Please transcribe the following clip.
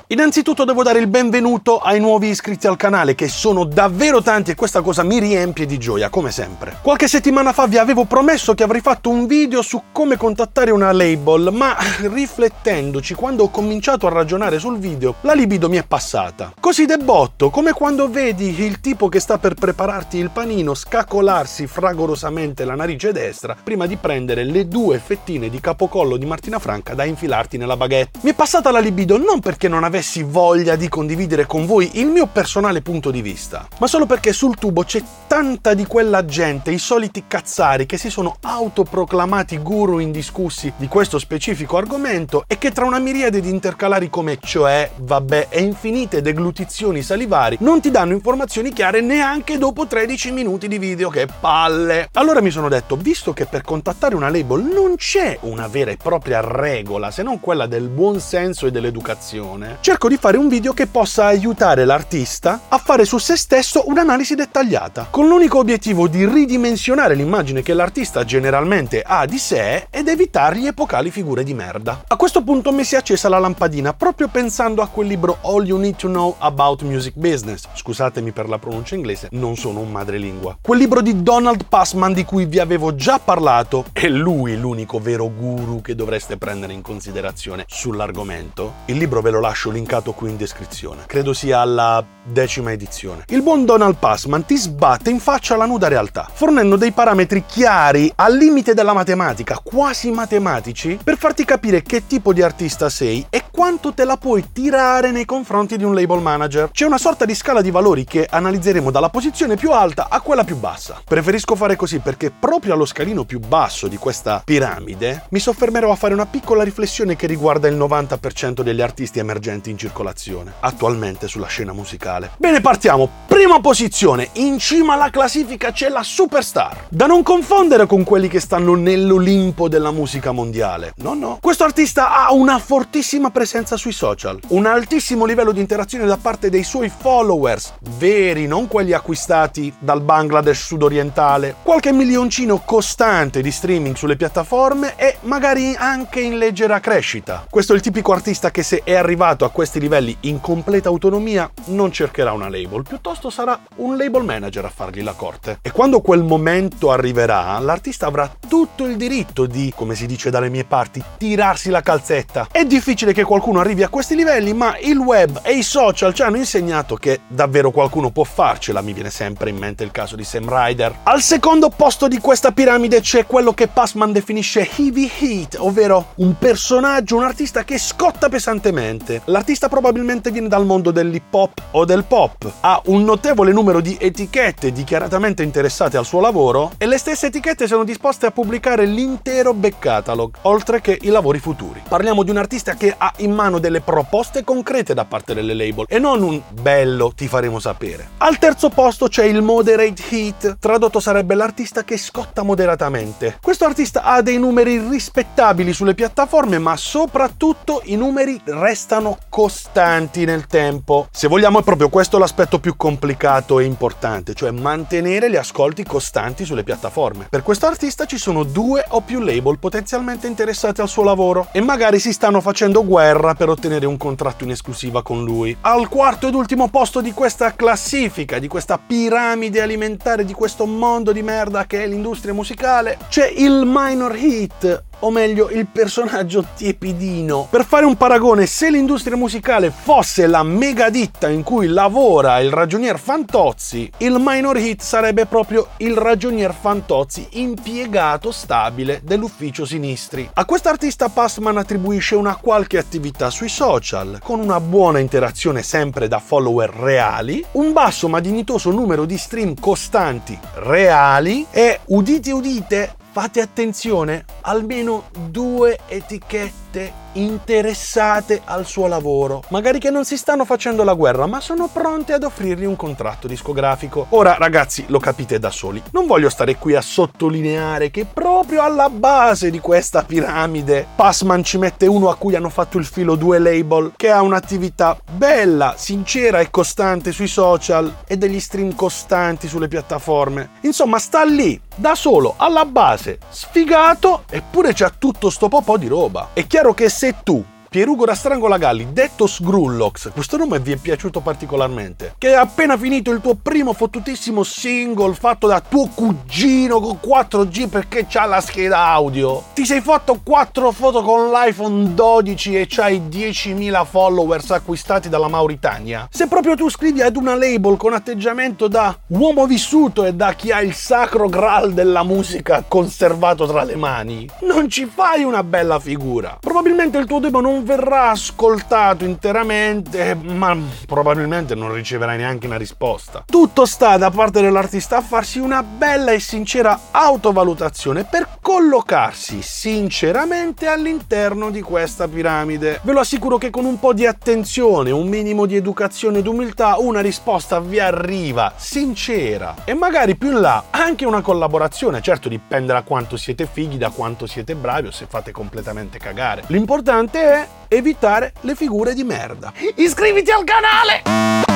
Innanzitutto devo dare il benvenuto ai nuovi iscritti al canale, che sono davvero tanti e questa cosa mi riempie di gioia, come sempre. Qualche settimana fa vi avevo promesso che avrei fatto un video su come contattare una label, ma riflettendoci, quando ho cominciato a ragionare sul video, la libido mi è passata. Così de botto, come quando vedi il tipo che sta per prepararti il panino scaccolarsi fragorosamente la narice destra prima di prendere le 2 fettine di capocollo di Martina Franca da infilarti nella baguette. Mi è passata la libido non perché non avessi voglia di condividere con voi il mio personale punto di vista, ma solo perché sul tubo c'è tanta di quella gente, i soliti cazzari che si sono autoproclamati guru indiscussi di questo specifico argomento e che tra una miriade di intercalari come cioè, vabbè e infinite deglutizioni salivari non ti danno informazioni chiare neanche dopo 13 minuti di video. Che palle! Allora mi sono detto, visto che per contattare una label non c'è una vera e propria regola se non quella del buon senso e dell'educazione, cerco di fare un video che possa aiutare l'artista a fare su se stesso un'analisi dettagliata, con l'unico obiettivo di ridimensionare l'immagine che l'artista generalmente ha di sé ed evitargli epocali figure di merda. A questo punto mi si è accesa la lampadina, proprio pensando a quel libro All You Need to Know About Music Business. Scusatemi per la pronuncia inglese, non sono un madrelingua. Quel libro di Donald Passman di cui vi avevo già parlato, è lui l'unico vero guru che dovreste prendere in considerazione sull'argomento. Il libro ve lo lascio linkato qui in descrizione, credo sia alla 10ª edizione. Il buon Donald Passman ti sbatte in faccia la nuda realtà, fornendo dei parametri chiari al limite della matematica, quasi matematici, per farti capire che tipo di artista sei e quanto te la puoi tirare nei confronti di un label manager. C'è una sorta di scala di valori che analizzeremo dalla posizione più alta a quella più bassa. Preferisco fare così perché proprio allo scalino più basso di questa piramide mi soffermerò a fare una piccola riflessione che riguarda il 90% degli artisti emergenti in circolazione attualmente sulla scena musicale. Bene, partiamo. Prima posizione, in cima alla classifica c'è la superstar, da non confondere con quelli che stanno nell'Olimpo della musica mondiale. No. Questo artista ha una fortissima presenza sui social, un altissimo livello di interazione da parte dei suoi followers, veri, non quelli acquistati dal Bangladesh sudorientale, qualche milioncino costante di streaming sulle piattaforme e magari anche in leggera crescita. Questo è il tipico artista che, se è arrivato a questi livelli in completa autonomia, non cercherà una label, piuttosto sarà un label manager a fargli la corte. E quando quel momento arriverà, l'artista avrà tutto il diritto di, come si dice dalle mie parti, tirarsi la calzetta. È difficile che qualcuno arrivi a questi livelli, ma il web e i social ci hanno insegnato che davvero qualcuno può farcela. Mi viene sempre in mente il caso di Sam Ryder. Al secondo posto di questa piramide c'è quello che Passman definisce heavy hit, ovvero un personaggio, un artista che scotta pesantemente. L'artista probabilmente viene dal mondo dell'hip hop o del pop, ha un notevole numero di etichette dichiaratamente interessate al suo lavoro e le stesse etichette sono disposte a pubblicare l'intero back catalog, oltre che i lavori futuri. Parliamo di un artista che ha in mano delle proposte concrete da parte delle label e non un bello ti faremo sapere. Al terzo posto c'è il moderate hit, tradotto sarebbe l'artista che scotta moderatamente. Questo artista ha dei numeri rispettabili sulle piattaforme, ma soprattutto i numeri restano costanti nel tempo. Se vogliamo è proprio questo l'aspetto più complicato e importante, cioè mantenere gli ascolti costanti sulle piattaforme. Per questo artista ci sono 2 o più label potenzialmente interessati al suo lavoro e magari si stanno facendo guerra per ottenere un contratto in esclusiva con lui. Al quarto ed ultimo posto di questa classifica, di questa piramide alimentare, di questo mondo di merda che è l'industria musicale, c'è il minor hit, o meglio il personaggio tiepidino. Per fare un paragone, se l'industria musicale fosse la mega ditta in cui lavora il ragionier Fantozzi, il minor hit sarebbe proprio il ragionier Fantozzi impiegato stabile dell'ufficio sinistri. A quest'artista Passman attribuisce una qualche attività sui social, con una buona interazione sempre da follower reali, un basso ma dignitoso numero di stream costanti reali e, udite, fate attenzione, almeno 2 etichette interessate al suo lavoro, magari che non si stanno facendo la guerra, ma sono pronte ad offrirgli un contratto discografico. Ora, ragazzi, lo capite da soli, non voglio stare qui a sottolineare che proprio alla base di questa piramide Passman ci mette uno a cui hanno fatto il filo 2 label, che ha un'attività bella, sincera e costante sui social e degli stream costanti sulle piattaforme. Insomma, sta lì da solo, alla base, sfigato, eppure c'ha tutto sto po' di roba. È chiaro che se tu Pierugo da Strangolagalli, detto Sgrullox, questo nome vi è piaciuto particolarmente, che hai appena finito il tuo primo fottutissimo single fatto da tuo cugino con 4G perché c'ha la scheda audio, ti sei fatto 4 foto con l'iPhone 12 e c'hai 10.000 followers acquistati dalla Mauritania. Se proprio tu scrivi ad una label con atteggiamento da uomo vissuto e da chi ha il sacro graal della musica conservato tra le mani, non ci fai una bella figura. Probabilmente il tuo demo non verrà ascoltato interamente, ma probabilmente non riceverai neanche una risposta. Tutto sta da parte dell'artista a farsi una bella e sincera autovalutazione per collocarsi sinceramente all'interno di questa piramide. Ve lo assicuro che con un po' di attenzione, un minimo di educazione ed umiltà, una risposta vi arriva sincera e magari più in là anche una collaborazione. Certo, dipende da quanto siete fighi, da quanto siete bravi o se fate completamente cagare. L'importante è evitare le figure di merda. Iscriviti al canale!